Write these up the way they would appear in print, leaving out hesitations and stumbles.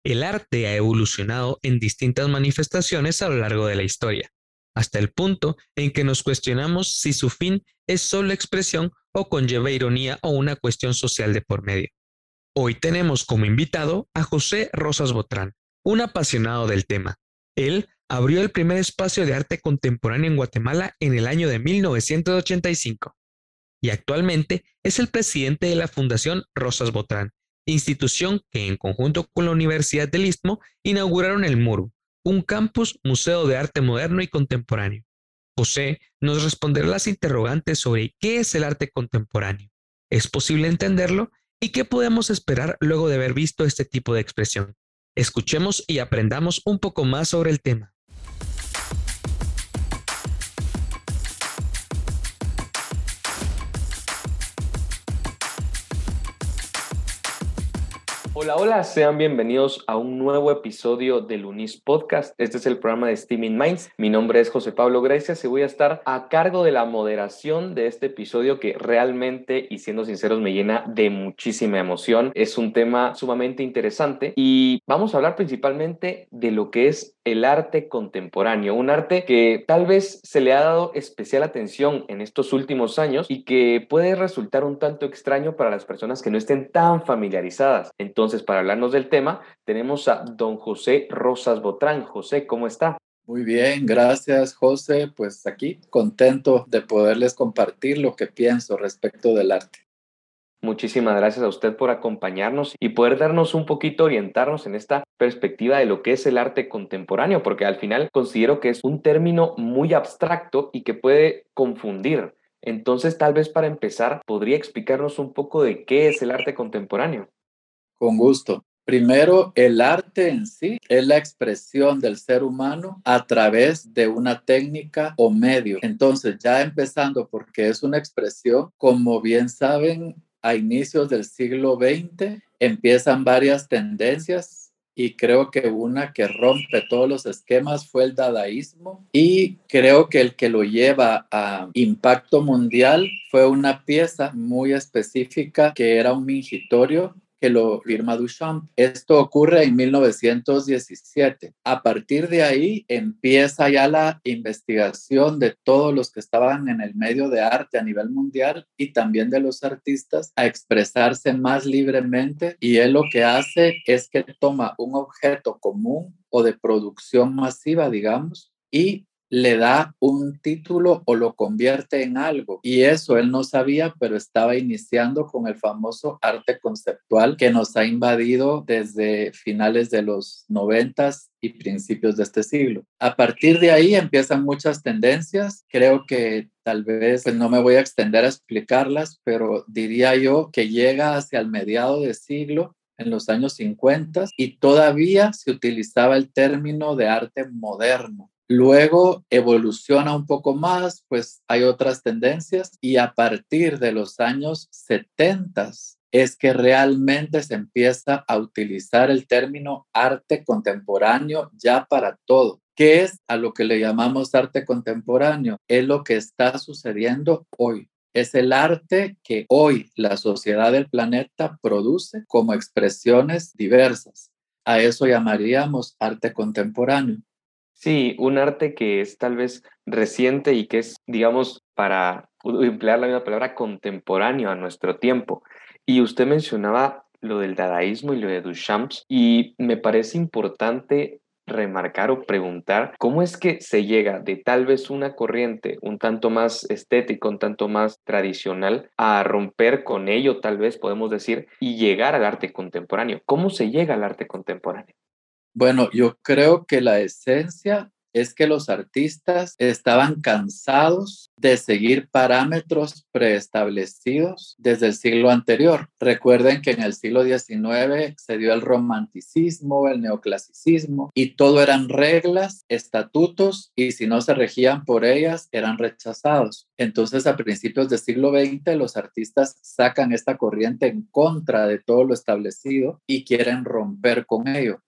el arte ha evolucionado en distintas manifestaciones a lo largo de la historia, hasta el punto en que nos cuestionamos si su fin es solo expresión o conlleva ironía o una cuestión social de por medio. Hoy tenemos como invitado a José Rosas Botrán, un apasionado del tema. Él abrió el primer espacio de arte contemporáneo en Guatemala en el año de 1985 y actualmente es el presidente de la Fundación Rosas Botrán, institución que en conjunto con la Universidad del Istmo inauguraron el MURU, un campus museo de arte moderno y contemporáneo. José nos responderá las interrogantes sobre qué es el arte contemporáneo, ¿es posible entenderlo? ¿Y qué podemos esperar luego de haber visto este tipo de expresión? Escuchemos y aprendamos un poco más sobre el tema. Hola, hola, sean bienvenidos a un nuevo episodio del UNIS Podcast. Este es el programa de Steaming Minds. Mi nombre es José Pablo Gracias y voy a estar a cargo de la moderación de este episodio que realmente, y siendo sinceros, me llena de muchísima emoción. Es un tema sumamente interesante y vamos a hablar principalmente de lo que es el arte contemporáneo, un arte que tal vez se le ha dado especial atención en estos últimos años y que puede resultar un tanto extraño para las personas que no estén tan familiarizadas. Entonces, para hablarnos del tema, tenemos a don José Rosas Botrán. José, ¿cómo está? Muy bien, gracias, José. Pues aquí contento de poderles compartir lo que pienso respecto del arte. Muchísimas gracias a usted por acompañarnos y poder darnos un poquito, orientarnos en esta perspectiva de lo que es el arte contemporáneo, porque al final considero que es un término muy abstracto y que puede confundir. Entonces, tal vez para empezar, ¿podría explicarnos un poco de qué es el arte contemporáneo? Con gusto. Primero, el arte en sí es la expresión del ser humano a través de una técnica o medio. Entonces, ya empezando porque es una expresión, como bien saben, a inicios del siglo XX empiezan varias tendencias y creo que una que rompe todos los esquemas fue el dadaísmo y creo que el que lo lleva a impacto mundial fue una pieza muy específica que era un mingitorio que lo firma Duchamp. Esto ocurre en 1917. A partir de ahí empieza ya la investigación de todos los que estaban en el medio de arte a nivel mundial y también de los artistas a expresarse más libremente, y él lo que hace es que toma un objeto común o de producción masiva, digamos, y le da un título o lo convierte en algo. Y eso él no sabía, pero estaba iniciando con el famoso arte conceptual que nos ha invadido desde finales de los 90s y principios de este siglo. A partir de ahí empiezan muchas tendencias. Creo que tal vez pues no me voy a extender a explicarlas, pero diría yo que llega hacia el mediado de siglo, en los años 50, y todavía se utilizaba el término de arte moderno. Luego evoluciona un poco más, pues hay otras tendencias, y a partir de los años 70 es que realmente se empieza a utilizar el término arte contemporáneo ya para todo. ¿Qué es a lo que le llamamos arte contemporáneo? Es lo que está sucediendo hoy. Es el arte que hoy la sociedad del planeta produce como expresiones diversas. A eso llamaríamos arte contemporáneo. Sí, un arte que es tal vez reciente y que es, digamos, para emplear la misma palabra, contemporáneo a nuestro tiempo. Y usted mencionaba lo del dadaísmo y lo de Duchamp, y me parece importante remarcar o preguntar cómo es que se llega de tal vez una corriente un tanto más estética, un tanto más tradicional, a romper con ello, tal vez podemos decir, y llegar al arte contemporáneo. ¿Cómo se llega al arte contemporáneo? Bueno, yo creo que la esencia es que los artistas estaban cansados de seguir parámetros preestablecidos desde el siglo anterior. Recuerden que en el siglo XIX se dio el romanticismo, el neoclasicismo, y todo eran reglas, estatutos, y si no se regían por ellas, eran rechazados. Entonces, a principios del siglo XX, los artistas sacan esta corriente en contra de todo lo establecido y quieren romper con ello.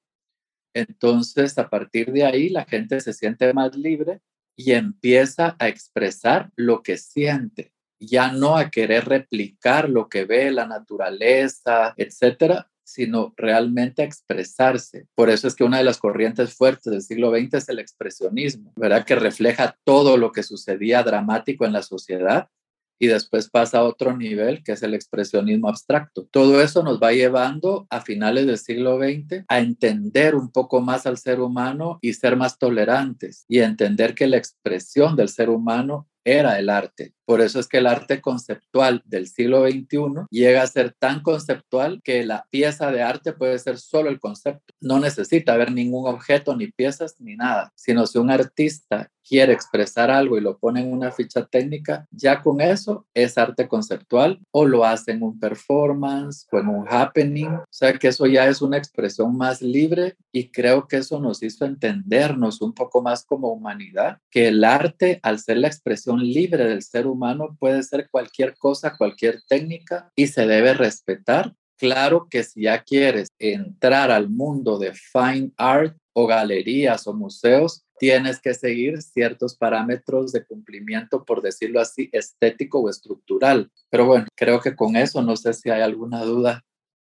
Entonces, a partir de ahí, la gente se siente más libre y empieza a expresar lo que siente, ya no a querer replicar lo que ve la naturaleza, etcétera, sino realmente a expresarse. Por eso es que una de las corrientes fuertes del siglo XX es el expresionismo, ¿verdad? Que refleja todo lo que sucedía dramático en la sociedad y después pasa a otro nivel, que es el expresionismo abstracto. Todo eso nos va llevando a finales del siglo XX a entender un poco más al ser humano y ser más tolerantes y entender que la expresión del ser humano era el arte. Por eso es que el arte conceptual del siglo XXI llega a ser tan conceptual que la pieza de arte puede ser solo el concepto. No necesita haber ningún objeto, ni piezas, ni nada, sino si un artista quiere expresar algo y lo pone en una ficha técnica, ya con eso es arte conceptual o lo hace en un performance o en un happening. O sea que eso ya es una expresión más libre y creo que eso nos hizo entendernos un poco más como humanidad, que el arte, al ser la expresión libre del ser humano, puede ser cualquier cosa, cualquier técnica y se debe respetar. Claro que si ya quieres entrar al mundo de fine art o galerías o museos, tienes que seguir ciertos parámetros de cumplimiento, por decirlo así, estético o estructural. Pero bueno, creo que con eso no sé si hay alguna duda.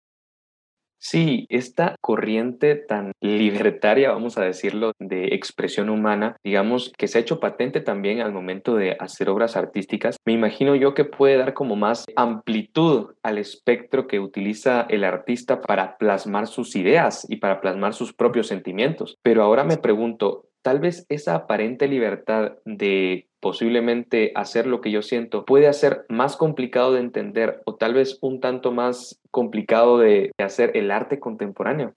Sí, esta corriente tan libertaria, vamos a decirlo, de expresión humana, digamos, que se ha hecho patente también al momento de hacer obras artísticas, me imagino yo que puede dar como más amplitud al espectro que utiliza el artista para plasmar sus ideas y para plasmar sus propios sentimientos. Pero ahora me pregunto, tal vez esa aparente libertad de posiblemente hacer lo que yo siento puede hacer más complicado de entender o tal vez un tanto más complicado de hacer el arte contemporáneo.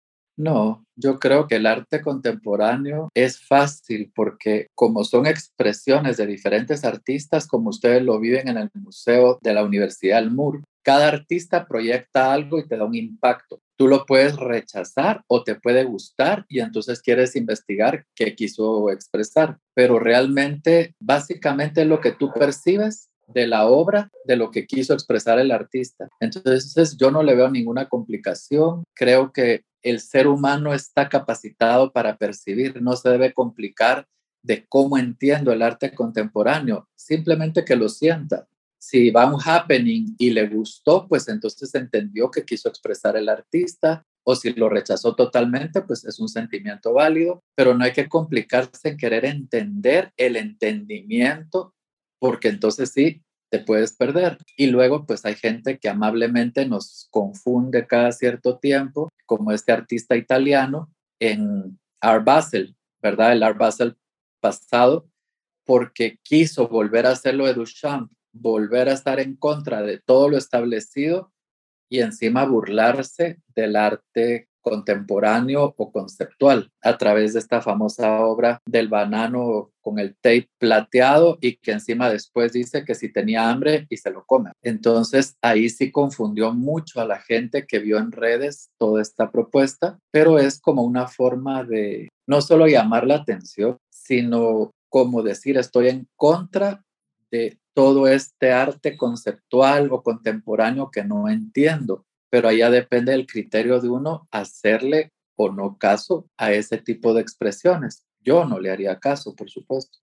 No, yo creo que el arte contemporáneo es fácil porque como son expresiones de diferentes artistas, como ustedes lo viven en el Museo de la Universidad del Mur, cada artista proyecta algo y te da un impacto. Tú lo puedes rechazar o te puede gustar y entonces quieres investigar qué quiso expresar, pero realmente, básicamente lo que tú percibes de la obra, de lo que quiso expresar el artista. Entonces, yo no le veo ninguna complicación. Creo que el ser humano está capacitado para percibir, no se debe complicar de cómo entiendo el arte contemporáneo, simplemente que lo sienta. Si va a un happening y le gustó, pues entonces entendió que quiso expresar el artista, o si lo rechazó totalmente, pues es un sentimiento válido, pero no hay que complicarse en querer entender el entendimiento, porque entonces sí, te puedes perder. Y luego, pues hay gente que amablemente nos confunde cada cierto tiempo, como este artista italiano en Art Basel, ¿verdad? El Art Basel pasado, porque quiso volver a hacerlo de Duchamp, volver a estar en contra de todo lo establecido y encima burlarse del arte contemporáneo o conceptual a través de esta famosa obra del banano con el tape plateado y que encima después dice que si tenía hambre y se lo come. Entonces ahí sí confundió mucho a la gente que vio en redes toda esta propuesta, pero es como una forma de no solo llamar la atención, sino como decir estoy en contra de todo este arte conceptual o contemporáneo que no entiendo, pero allá depende del criterio de uno hacerle o no caso a ese tipo de expresiones. Yo no le haría caso, por supuesto.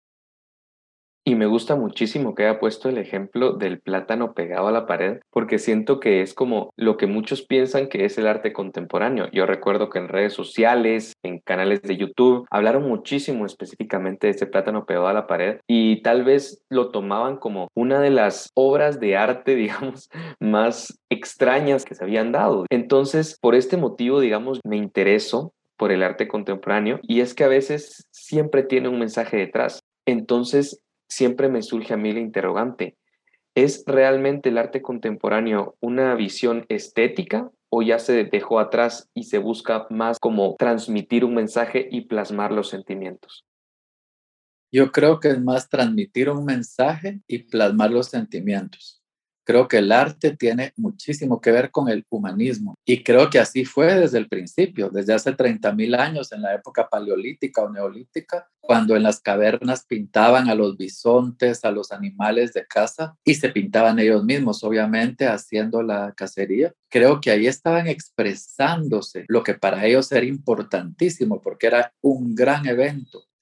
Y me gusta muchísimo que haya puesto el ejemplo del plátano pegado a la pared, porque siento que es como lo que muchos piensan que es el arte contemporáneo. Yo recuerdo que en redes sociales, en canales de YouTube, hablaron muchísimo específicamente de ese plátano pegado a la pared y tal vez lo tomaban como una de las obras de arte, digamos, más extrañas que se habían dado. Entonces, por este motivo, digamos, me intereso por el arte contemporáneo y es que a veces siempre tiene un mensaje detrás. Entonces, siempre me surge a mí la interrogante, ¿es realmente el arte contemporáneo una visión estética o ya se dejó atrás y se busca más como transmitir un mensaje y plasmar los sentimientos? Yo creo que es más transmitir un mensaje y plasmar los sentimientos. Creo que el arte tiene muchísimo que ver con el humanismo y creo que así fue desde el principio, desde hace 30.000 años en la época paleolítica o neolítica, cuando en las cavernas pintaban a los bisontes, a los animales de caza y se pintaban ellos mismos, obviamente, haciendo la cacería. Creo que ahí estaban expresándose lo que para ellos era importantísimo porque era un gran evento.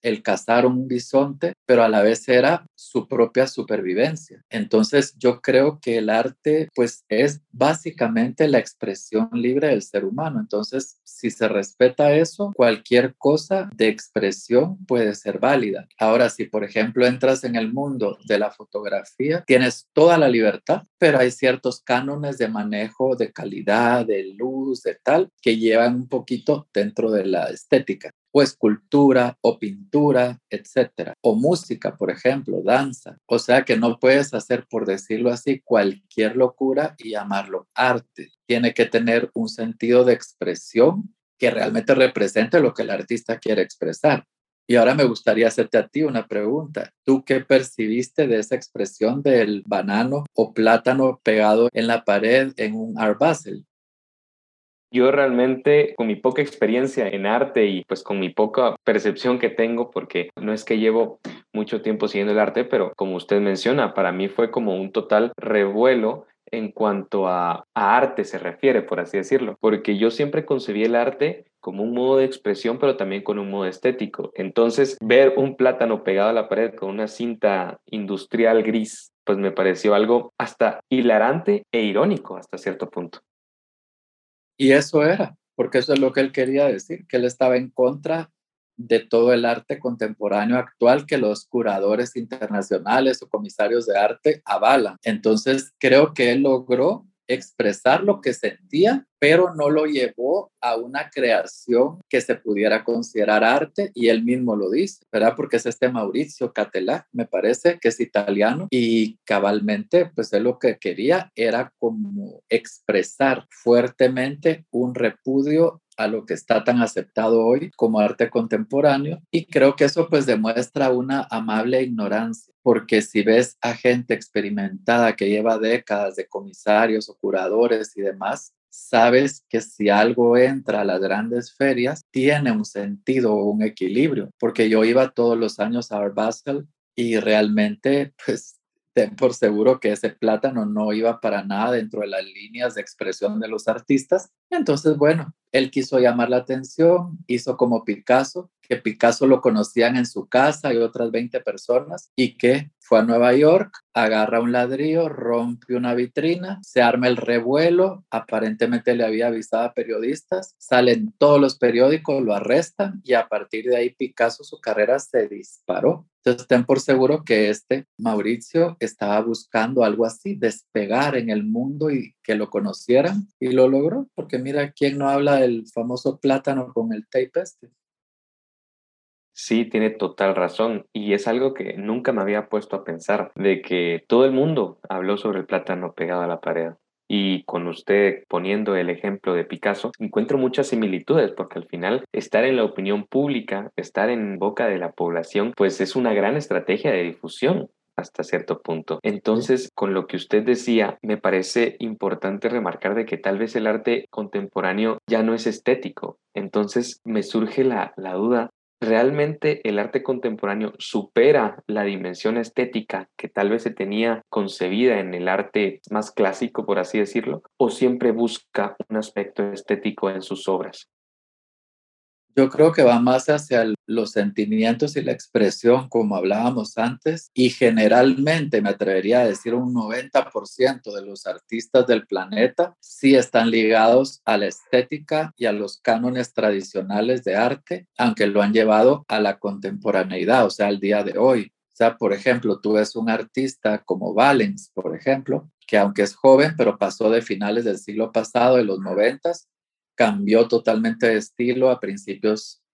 el cazar un bisonte, pero a la vez era su propia supervivencia. Entonces yo creo que el arte pues es básicamente la expresión libre del ser humano. Entonces si se respeta eso, cualquier cosa de expresión puede ser válida. Ahora, si por ejemplo entras en el mundo de la fotografía, tienes toda la libertad, pero hay ciertos cánones de manejo, de calidad, de luz, de tal, que llevan un poquito dentro de la estética, o escultura, o pintura, etcétera, o música, por ejemplo, danza. O sea que no puedes hacer, por decirlo así, cualquier locura y llamarlo arte. Tiene que tener un sentido de expresión que realmente represente lo que el artista quiere expresar. Y ahora me gustaría hacerte a ti una pregunta. ¿Tú qué percibiste de esa expresión del banano o plátano pegado en la pared en un Art Basel? Yo realmente, con mi poca experiencia en arte y pues con mi poca percepción que tengo, porque no es que llevo mucho tiempo siguiendo el arte, pero como usted menciona, para mí fue como un total revuelo en cuanto a arte se refiere, por así decirlo, porque yo siempre concebí el arte como un modo de expresión, pero también con un modo estético. Entonces, ver un plátano pegado a la pared con una cinta industrial gris, pues me pareció algo hasta hilarante e irónico hasta cierto punto. Y eso era, porque eso es lo que él quería decir, que él estaba en contra de todo el arte contemporáneo actual que los curadores internacionales o comisarios de arte avalan. Entonces, creo que él logró expresar lo que sentía, pero no lo llevó a una creación que se pudiera considerar arte, y él mismo lo dice, ¿verdad? Porque es este Maurizio Cattelan, me parece que es italiano, y cabalmente, pues él lo que quería era como expresar fuertemente un repudio a lo que está tan aceptado hoy como arte contemporáneo, y creo que eso pues demuestra una amable ignorancia, porque si ves a gente experimentada que lleva décadas de comisarios o curadores y demás, sabes que si algo entra a las grandes ferias, tiene un sentido o un equilibrio, porque yo iba todos los años a Art Basel y realmente, pues, ten por seguro que ese plátano no iba para nada dentro de las líneas de expresión de los artistas. Entonces, bueno, él quiso llamar la atención, hizo como Picasso, que Picasso lo conocían en su casa y otras 20 personas, y que fue a Nueva York, agarra un ladrillo, rompe una vitrina, se arma el revuelo, aparentemente le había avisado a periodistas, salen todos los periódicos, lo arrestan, y a partir de ahí Picasso, su carrera se disparó. Entonces, ten por seguro que este Mauricio estaba buscando algo así, despegar en el mundo y que lo conocieran, y lo logró, porque mira, ¿quién no habla del famoso plátano con el tape este? Sí, tiene total razón. Y es algo que nunca me había puesto a pensar, de que todo el mundo habló sobre el plátano pegado a la pared. Y con usted poniendo el ejemplo de Picasso, encuentro muchas similitudes, porque al final estar en la opinión pública, estar en boca de la población, pues es una gran estrategia de difusión hasta cierto punto. Sí. Entonces, con lo que usted decía, me parece importante remarcar de que tal vez el arte contemporáneo ya no es estético. Entonces, me surge la duda. ¿Realmente el arte contemporáneo supera la dimensión estética que tal vez se tenía concebida en el arte más clásico, por así decirlo, o siempre busca un aspecto estético en sus obras? Yo creo que va más hacia los sentimientos y la expresión, como hablábamos antes, y generalmente me atrevería a decir un 90% de los artistas del planeta sí están ligados a la estética y a los cánones tradicionales de arte, aunque lo han llevado a la contemporaneidad, o sea, al día de hoy. O sea, por ejemplo, tú ves un artista como Valens, por ejemplo, que aunque es joven, pero pasó de finales del siglo pasado, de los 90, cambió totalmente de estilo a principios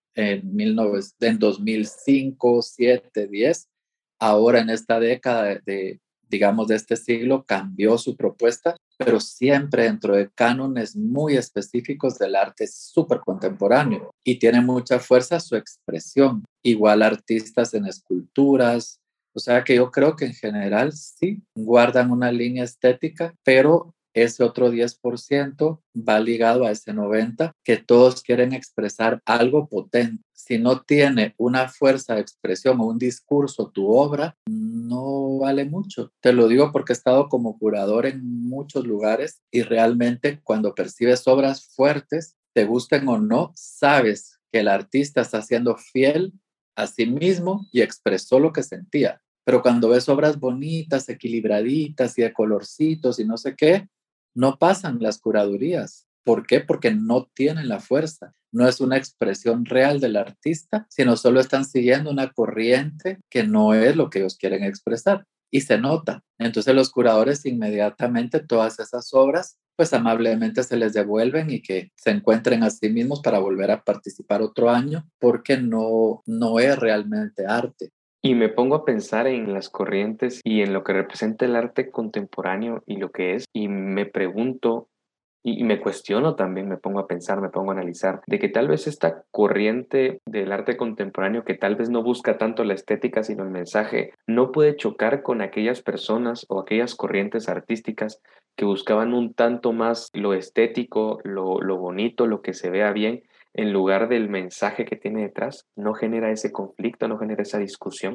en 2005, 7, 10. Ahora en esta década digamos, de este siglo, cambió su propuesta, pero siempre dentro de cánones muy específicos del arte súper contemporáneo, y tiene mucha fuerza su expresión. Igual artistas en esculturas, o sea que yo creo que en general sí guardan una línea estética, pero ese otro 10% va ligado a ese 90%, que todos quieren expresar algo potente. Si no tiene una fuerza de expresión o un discurso, tu obra no vale mucho. Te lo digo porque he estado como curador en muchos lugares, y realmente cuando percibes obras fuertes, te gusten o no, sabes que el artista está siendo fiel a sí mismo y expresó lo que sentía. Pero cuando ves obras bonitas, equilibraditas y de colorcitos y no sé qué, no pasan las curadurías. ¿Por qué? Porque no tienen la fuerza. No es una expresión real del artista, sino solo están siguiendo una corriente que no es lo que ellos quieren expresar. Y se nota. Entonces los curadores inmediatamente todas esas obras, pues amablemente se les devuelven y que se encuentren a sí mismos para volver a participar otro año, porque no es realmente arte. Y me pongo a pensar en las corrientes y en lo que representa el arte contemporáneo y lo que es, y me pregunto y me cuestiono también, me pongo a pensar, me pongo a analizar, de que tal vez esta corriente del arte contemporáneo, que tal vez no busca tanto la estética, sino el mensaje, no puede chocar con aquellas personas o aquellas corrientes artísticas que buscaban un tanto más lo estético, lo bonito, lo que se vea bien, en lugar del mensaje que tiene detrás. No genera ese conflicto, no genera esa discusión.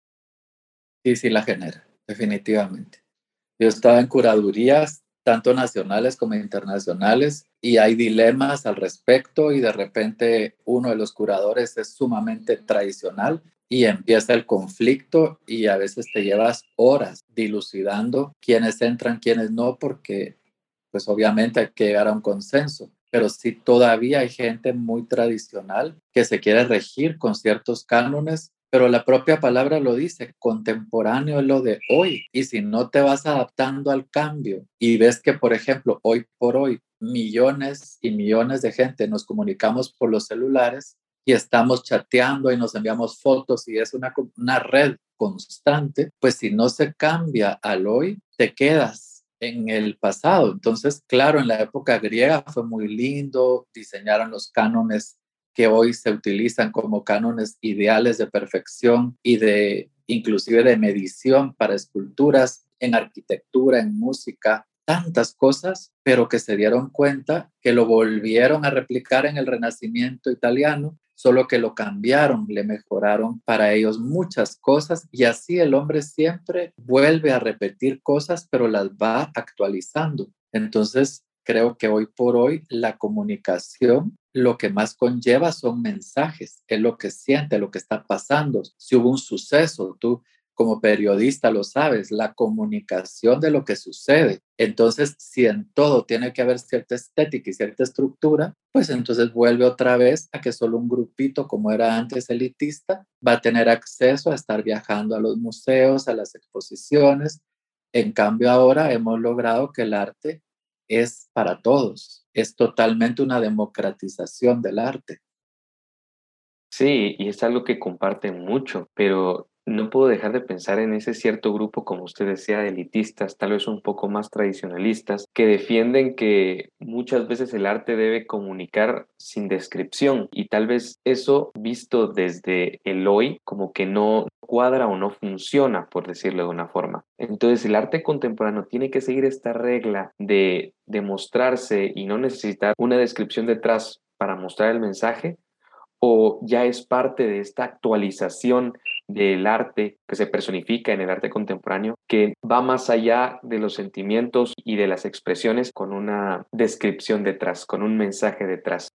Sí, sí la genera, definitivamente. Yo estaba en curadurías, tanto nacionales como internacionales, y hay dilemas al respecto y de repente uno de los curadores es sumamente tradicional y empieza el conflicto y a veces te llevas horas dilucidando quiénes entran, quiénes no, porque pues obviamente hay que llegar a un consenso. Pero sí todavía hay gente muy tradicional que se quiere regir con ciertos cánones, pero la propia palabra lo dice, contemporáneo es lo de hoy. Y si no te vas adaptando al cambio y ves que, por ejemplo, hoy por hoy, millones y millones de gente nos comunicamos por los celulares y estamos chateando y nos enviamos fotos y es una red constante, pues si no se cambia al hoy, te quedas en el pasado. Entonces, claro, en la época griega fue muy lindo, diseñaron los cánones que hoy se utilizan como cánones ideales de perfección y de inclusive de medición para esculturas, en arquitectura, en música, tantas cosas, pero que se dieron cuenta que lo volvieron a replicar en el Renacimiento italiano, solo que lo cambiaron, le mejoraron para ellos muchas cosas y así el hombre siempre vuelve a repetir cosas, pero las va actualizando. Entonces, creo que hoy por hoy la comunicación lo que más conlleva son mensajes, es lo que siente, lo que está pasando. Si hubo un suceso, tú como periodista lo sabes, la comunicación de lo que sucede. Entonces, si en todo tiene que haber cierta estética y cierta estructura, pues entonces vuelve otra vez a que solo un grupito, como era antes elitista, va a tener acceso a estar viajando a los museos, a las exposiciones. En cambio, ahora hemos logrado que el arte es para todos, es totalmente una democratización del arte. Sí, y es algo que comparten mucho, pero no puedo dejar de pensar en ese cierto grupo, como usted decía, de elitistas, tal vez un poco más tradicionalistas, que defienden que muchas veces el arte debe comunicar sin descripción y tal vez eso visto desde el hoy como que no cuadra o no funciona, por decirlo de una forma. Entonces el arte contemporáneo tiene que seguir esta regla de demostrarse y no necesitar una descripción detrás para mostrar el mensaje, o ya es parte de esta actualización del arte que se personifica en el arte contemporáneo, que va más allá de los sentimientos y de las expresiones con una descripción detrás, con un mensaje detrás.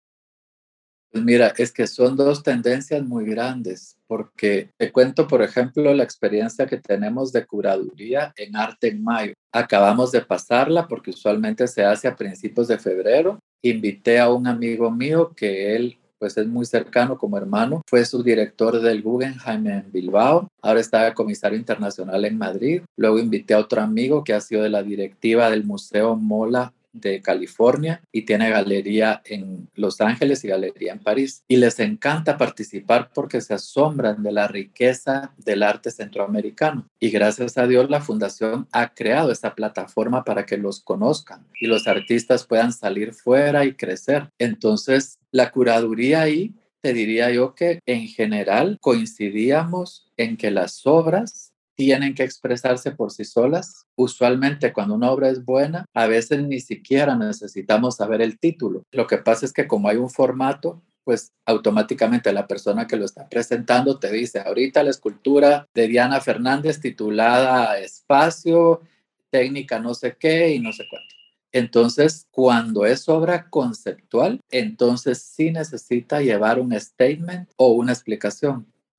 Pues mira, es que son dos tendencias muy grandes, porque te cuento, por ejemplo, la experiencia que tenemos de curaduría en Arte en Mayo. Acabamos de pasarla porque usualmente se hace a principios de febrero. Invité a un amigo mío que él pues es muy cercano como hermano, fue subdirector del Guggenheim en Bilbao, ahora está de comisario internacional en Madrid. Luego invité a otro amigo que ha sido de la directiva del Museo Mola de California y tiene galería en Los Ángeles y galería en París. Y les encanta participar porque se asombran de la riqueza del arte centroamericano. Y gracias a Dios la fundación ha creado esta plataforma para que los conozcan y los artistas puedan salir fuera y crecer. Entonces, la curaduría ahí, te diría yo que en general coincidíamos en que las obras tienen que expresarse por sí solas. Usualmente cuando una obra es buena, a veces ni siquiera necesitamos saber el título. Lo que pasa es que como hay un formato, pues automáticamente la persona que lo está presentando te dice, ahorita la escultura de Diana Fernández titulada Espacio, técnica no sé qué y no sé cuánto. Entonces, cuando es obra conceptual, entonces sí necesita llevar un statement o una explicación,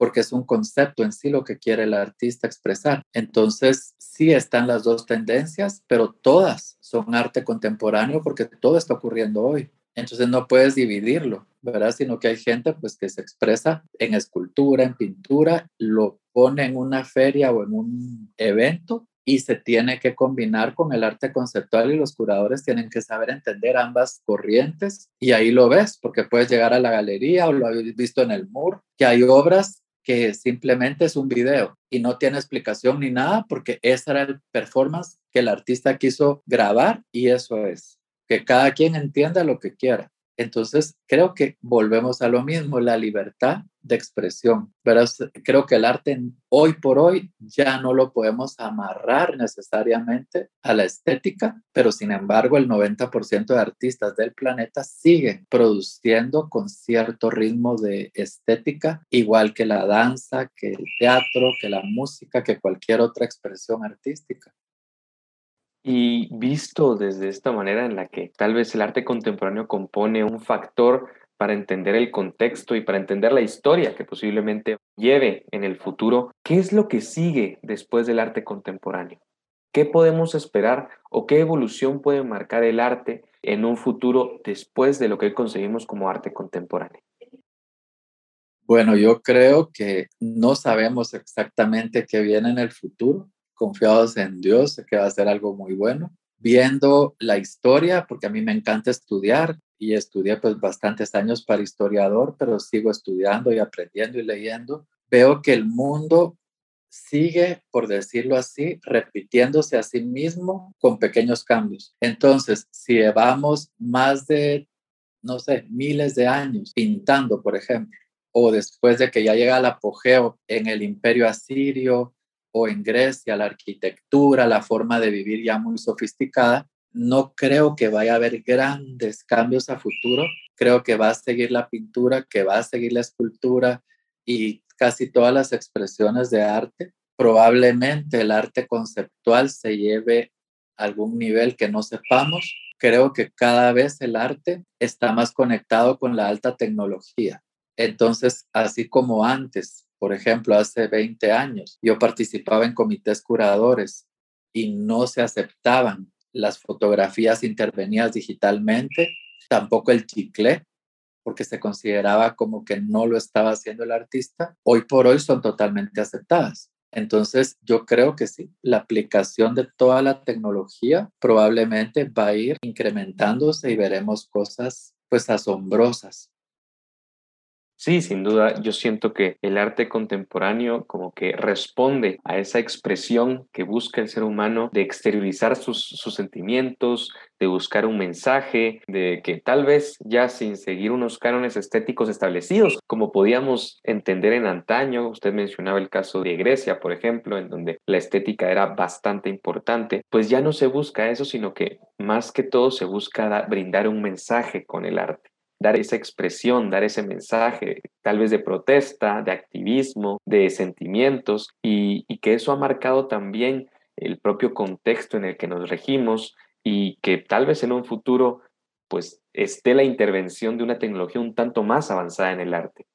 porque es un concepto en sí lo que quiere el artista expresar. Entonces, sí están las dos tendencias, pero todas son arte contemporáneo porque todo está ocurriendo hoy. Entonces no puedes dividirlo, ¿verdad? Sino que hay gente pues que se expresa en escultura, en pintura, lo pone en una feria o en un evento y se tiene que combinar con el arte conceptual y los curadores tienen que saber entender ambas corrientes y ahí lo ves porque puedes llegar a la galería o lo habéis visto en el MUR, que hay obras que simplemente es un video y no tiene explicación ni nada porque esa era el performance que el artista quiso grabar y eso es, que cada quien entienda lo que quiera. Entonces, creo que volvemos a lo mismo, la libertad de expresión. Pero creo que el arte hoy por hoy ya no lo podemos amarrar necesariamente a la estética, pero sin embargo el 90% de artistas del planeta siguen produciendo con cierto ritmo de estética, igual que la danza, que el teatro, que la música, que cualquier otra expresión artística. Y visto desde esta manera en la que tal vez el arte contemporáneo compone un factor para entender el contexto y para entender la historia que posiblemente lleve en el futuro, ¿qué es lo que sigue después del arte contemporáneo? ¿Qué podemos esperar o qué evolución puede marcar el arte en un futuro después de lo que hoy concebimos como arte contemporáneo? Bueno, yo creo que no sabemos exactamente qué viene en el futuro, confiados en Dios, que va a ser algo muy bueno. Viendo la historia, porque a mí me encanta estudiar y estudié pues bastantes años para historiador, pero sigo estudiando y aprendiendo y leyendo. Veo que el mundo sigue, por decirlo así, repitiéndose a sí mismo con pequeños cambios. Entonces, si llevamos más de, no sé, miles de años pintando, por ejemplo, o después de que ya llega el apogeo en el imperio asirio o en Grecia, la arquitectura, la forma de vivir ya muy sofisticada, no creo que vaya a haber grandes cambios a futuro. Creo que va a seguir la pintura, que va a seguir la escultura y casi todas las expresiones de arte. Probablemente el arte conceptual se lleve a algún nivel que no sepamos. Creo que cada vez el arte está más conectado con la alta tecnología. Entonces, así como antes, por ejemplo, hace 20 años, yo participaba en comités curadores y no se aceptaban las fotografías intervenidas digitalmente, tampoco el chicle, porque se consideraba como que no lo estaba haciendo el artista, hoy por hoy son totalmente aceptadas. Entonces, yo creo que sí, la aplicación de toda la tecnología probablemente va a ir incrementándose y veremos cosas pues asombrosas. Sí, sin duda, yo siento que el arte contemporáneo como que responde a esa expresión que busca el ser humano de exteriorizar sus sentimientos, de buscar un mensaje, de que tal vez ya sin seguir unos cánones estéticos establecidos, como podíamos entender en antaño, usted mencionaba el caso de Grecia, por ejemplo, en donde la estética era bastante importante, pues ya no se busca eso, sino que más que todo se busca brindar un mensaje con el arte, dar esa expresión, dar ese mensaje, tal vez de protesta, de activismo, de sentimientos, y que eso ha marcado también el propio contexto en el que nos regimos y que tal vez en un futuro pues esté la intervención de una tecnología un tanto más avanzada en el arte.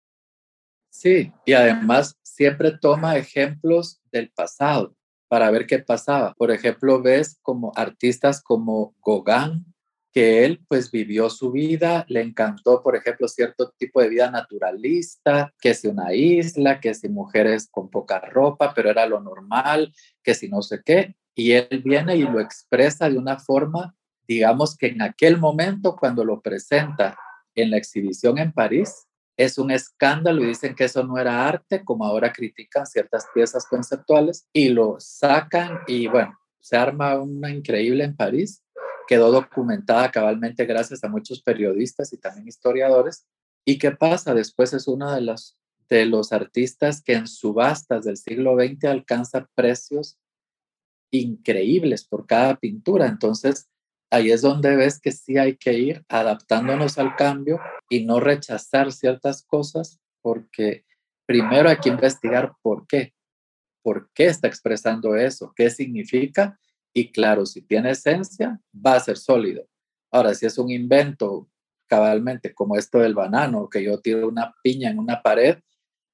Sí, y además siempre toma ejemplos del pasado para ver qué pasaba. Por ejemplo, ves como artistas como Gauguin, que él pues vivió su vida, le encantó, por ejemplo, cierto tipo de vida naturalista, que si una isla, que si mujeres con poca ropa, pero era lo normal, que si no sé qué, y él viene y lo expresa de una forma, digamos que en aquel momento cuando lo presenta en la exhibición en París, es un escándalo y dicen que eso no era arte, como ahora critican ciertas piezas conceptuales y lo sacan y bueno, se arma una increíble en París, quedó documentada cabalmente gracias a muchos periodistas y también historiadores. ¿Y qué pasa? Después es uno de los artistas que en subastas del siglo XX alcanza precios increíbles por cada pintura. Entonces, ahí es donde ves que sí hay que ir adaptándonos al cambio y no rechazar ciertas cosas porque primero hay que investigar por qué está expresando eso, qué significa y claro, si tiene esencia, va a ser sólido. Ahora, si es un invento cabalmente como esto del banano, que yo tiro una piña en una pared,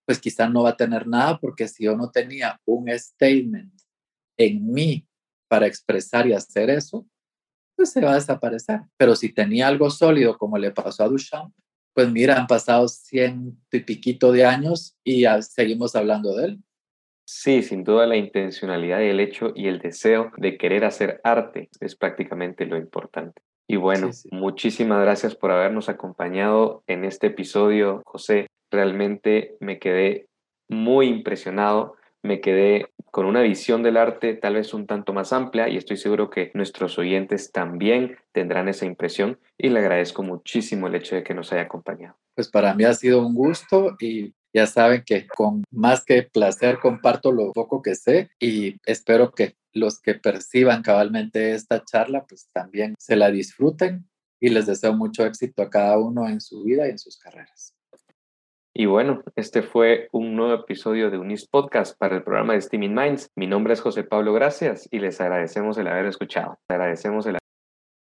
pues quizás no va a tener nada, porque si yo no tenía un statement en mí para expresar y hacer eso, pues se va a desaparecer. Pero si tenía algo sólido, como le pasó a Duchamp, pues mira, han pasado 100 y piquito de años y seguimos hablando de él. Sí, sin duda la intencionalidad y el hecho y el deseo de querer hacer arte es prácticamente lo importante. Y Sí, bueno, sí. muchísimas gracias por habernos acompañado en este episodio, José. Realmente me quedé muy impresionado, me quedé con una visión del arte tal vez un tanto más amplia y estoy seguro que nuestros oyentes también tendrán esa impresión y le agradezco muchísimo el hecho de que nos haya acompañado. Pues para mí ha sido un gusto y ya saben que con más que placer comparto lo poco que sé y espero que los que perciban cabalmente esta charla pues también se la disfruten y les deseo mucho éxito a cada uno en su vida y en sus carreras. Y bueno, este fue un nuevo episodio de Unis Podcast para el programa de Steaming Minds. Mi nombre es José Pablo Gracias y les agradecemos el haber escuchado. Agradecemos el